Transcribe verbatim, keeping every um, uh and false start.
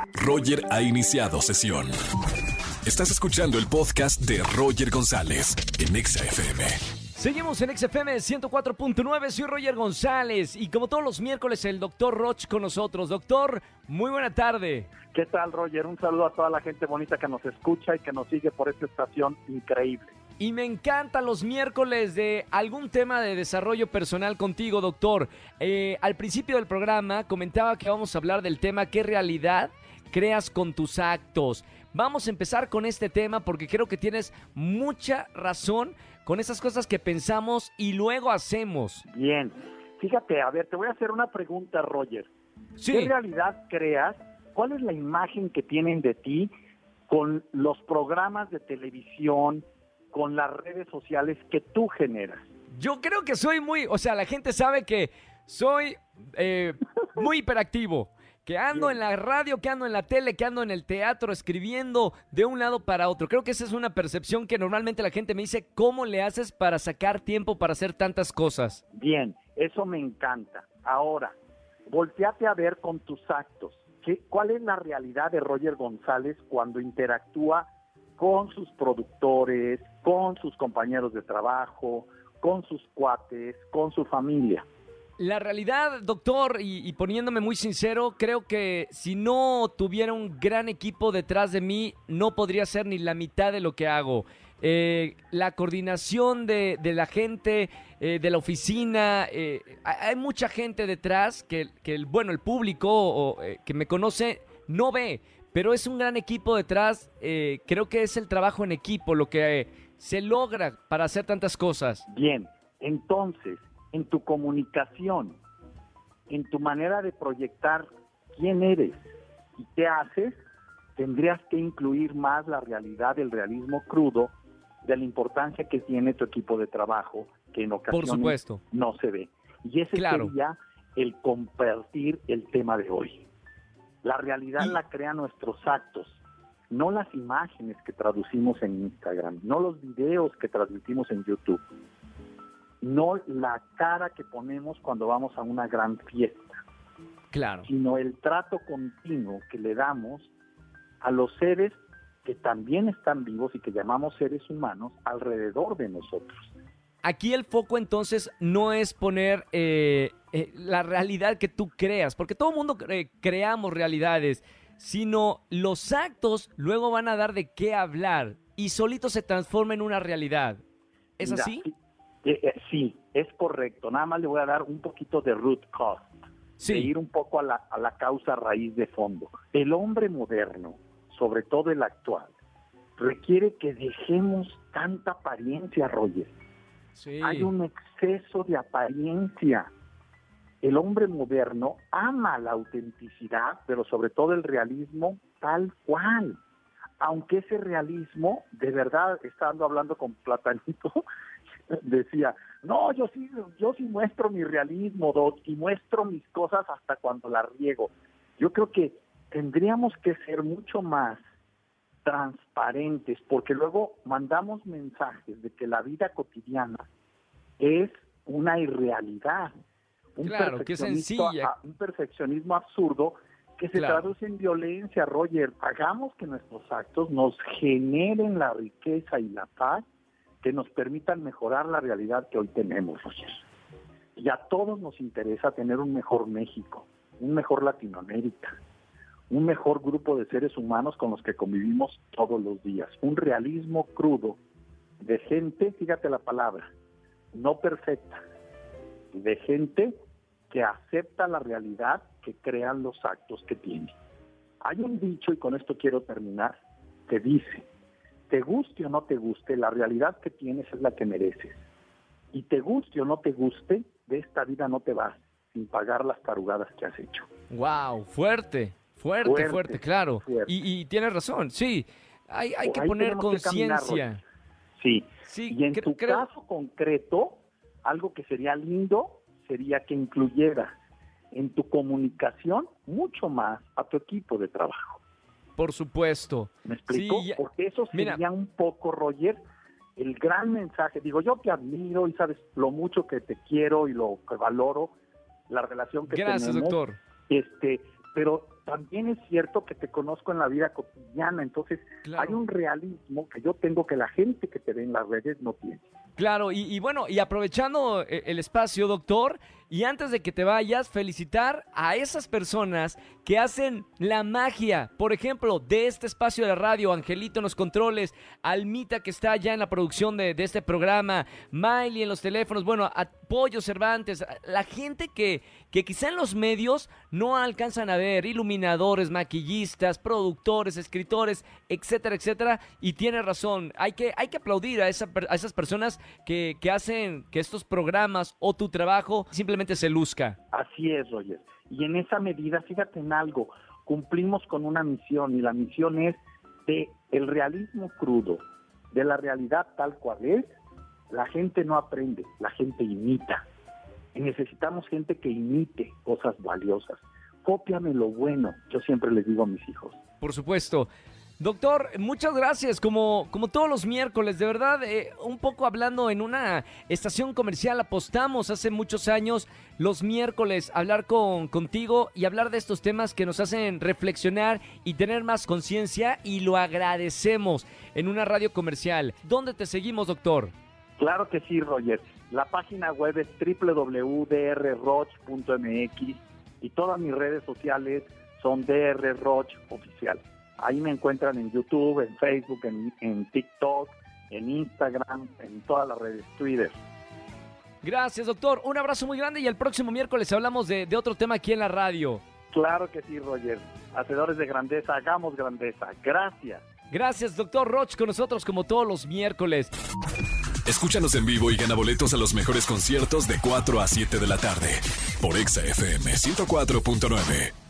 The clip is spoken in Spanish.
Roger ha iniciado sesión. Estás escuchando el podcast de Roger González en Exa F M. Seguimos en Exa F M ciento cuatro punto nueve, soy Roger González y como todos los miércoles el doctor Roch con nosotros. Doctor, muy buena tarde. ¿Qué tal, Roger? Un saludo a toda la gente bonita que nos escucha y que nos sigue por esta estación increíble. Y me encantan los miércoles de algún tema de desarrollo personal contigo, doctor. Eh, al principio del programa comentaba que vamos a hablar del tema ¿qué realidad creas con tus actos? Vamos a empezar con este tema porque creo que tienes mucha razón con esas cosas que pensamos y luego hacemos. Bien. Fíjate, a ver, te voy a hacer una pregunta, Roger. Sí. ¿Qué realidad creas? ¿Cuál es la imagen que tienen de ti con los programas de televisión, con las redes sociales que tú generas? Yo creo que soy muy, o sea, la gente sabe que soy eh, muy hiperactivo, que ando Bien. en la radio, que ando en la tele, que ando en el teatro, escribiendo de un lado para otro. Creo que esa es una percepción que normalmente la gente me dice, ¿cómo le haces para sacar tiempo para hacer tantas cosas? Bien, eso me encanta. Ahora, volteate a ver con tus actos. ¿Qué, ¿Cuál es la realidad de Roger González cuando interactúa con sus productores, con sus compañeros de trabajo, con sus cuates, con su familia? La realidad, doctor, y, y poniéndome muy sincero, creo que si no tuviera un gran equipo detrás de mí, no podría ser ni la mitad de lo que hago. Eh, la coordinación de, de la gente, eh, de la oficina, eh, hay mucha gente detrás que, que el, bueno, el público o, eh, que me conoce no ve, pero es un gran equipo detrás. Eh, creo que es el trabajo en equipo lo que eh, se logra para hacer tantas cosas. Bien, entonces, en tu comunicación, en tu manera de proyectar quién eres y qué haces, tendrías que incluir más la realidad, el realismo crudo, de la importancia que tiene tu equipo de trabajo, que en ocasiones Por supuesto. no se ve. Y ese Claro. sería el compartir el tema de hoy. La realidad Y- la crean nuestros actos, no las imágenes que traducimos en Instagram, no los videos que transmitimos en YouTube, no la cara que ponemos cuando vamos a una gran fiesta, Claro. sino el trato continuo que le damos a los seres que también están vivos y que llamamos seres humanos alrededor de nosotros. Aquí el foco entonces no es poner eh, eh, la realidad que tú creas, porque todo el mundo cre- creamos realidades, sino los actos luego van a dar de qué hablar y solito se transforma en una realidad. ¿Es Mira, así? Sí, eh, eh, sí, es correcto. Nada más le voy a dar un poquito de root cause, Sí. de ir un poco a la, a la causa raíz de fondo. El hombre moderno, sobre todo el actual, requiere que dejemos tanta apariencia, Roger. Sí. Hay un exceso de apariencia. El hombre moderno ama la autenticidad, pero sobre todo el realismo tal cual. Aunque ese realismo, de verdad, estando hablando con Platanito, decía, no, yo sí, yo sí muestro mi realismo, Doc, y muestro mis cosas hasta cuando las riego. Yo creo que tendríamos que ser mucho más transparentes, porque luego mandamos mensajes de que la vida cotidiana es una irrealidad, un, Claro, que es perfeccionismo, sencilla. a- un perfeccionismo absurdo que se Claro. traduce en violencia, Roger. Hagamos que nuestros actos nos generen la riqueza y la paz que nos permitan mejorar la realidad que hoy tenemos, Roger. Y a todos nos interesa tener un mejor México, un mejor Latinoamérica, un mejor grupo de seres humanos con los que convivimos todos los días, un realismo crudo de gente, fíjate la palabra, no perfecta, de gente que acepta la realidad que crean los actos que tiene. Hay un dicho, y con esto quiero terminar, que dice, te guste o no te guste, la realidad que tienes es la que mereces. Y te guste o no te guste, de esta vida no te vas sin pagar las tarugadas que has hecho. Wow, fuerte, fuerte, fuerte, Fuerte, claro. fuerte. Y, y tienes razón, sí. Hay, hay Por que ahí poner tenemos que caminar, conciencia. Roger. Sí. Sí, Y en cre- tu creo- caso concreto, algo que sería lindo sería que incluyeras en tu comunicación mucho más a tu equipo de trabajo. Por supuesto. ¿Me explico? Sí, ya- Porque eso Mira. sería un poco, Roger, el gran mensaje. Digo, yo te admiro y sabes lo mucho que te quiero y lo que valoro, la relación que Gracias, tenemos. doctor. Este, pero también es cierto que te conozco en la vida cotidiana, entonces Claro. hay un realismo que yo tengo que la gente que te ve en las redes no tiene. Claro, y, y bueno, y aprovechando eh, el espacio, doctor, y antes de que te vayas, felicitar a esas personas que hacen la magia, por ejemplo, de este espacio de radio, Angelito en los controles, Almita que está ya en la producción de, de este programa, Miley en los teléfonos, bueno, a Pollo Cervantes, a la gente que, que quizá en los medios no alcanzan a ver, iluminadores, maquillistas, productores, escritores, etcétera, etcétera, y tiene razón, hay que, hay que aplaudir a, esa, a esas personas que, que hacen que estos programas o tu trabajo simplemente se luzca. Así es, Roger. Y en esa medida, fíjate en algo, cumplimos con una misión, y la misión es de el realismo crudo, de la realidad tal cual es. La gente no aprende, la gente imita. Y necesitamos gente que imite cosas valiosas. Cópiame lo bueno, yo siempre les digo a mis hijos. Por supuesto. Doctor, muchas gracias, como, como todos los miércoles, de verdad, eh, un poco hablando en una estación comercial, apostamos hace muchos años los miércoles, hablar con, contigo y hablar de estos temas que nos hacen reflexionar y tener más conciencia, y lo agradecemos en una radio comercial. ¿Dónde te seguimos, doctor? Claro que sí, Roger. La página web es doble u doble u doble u punto d r roch punto m x y todas mis redes sociales son D R Roch Oficial. Ahí me encuentran en YouTube, en Facebook, en, en TikTok, en Instagram, en todas las redes, Twitter. Gracias, doctor. Un abrazo muy grande y el próximo miércoles hablamos de, de otro tema aquí en la radio. Claro que sí, Roger. Hacedores de grandeza, hagamos grandeza. Gracias. Gracias, doctor Roch, con nosotros como todos los miércoles. Escúchanos en vivo y gana boletos a los mejores conciertos de cuatro a siete de la tarde por Exa F M ciento cuatro punto nueve.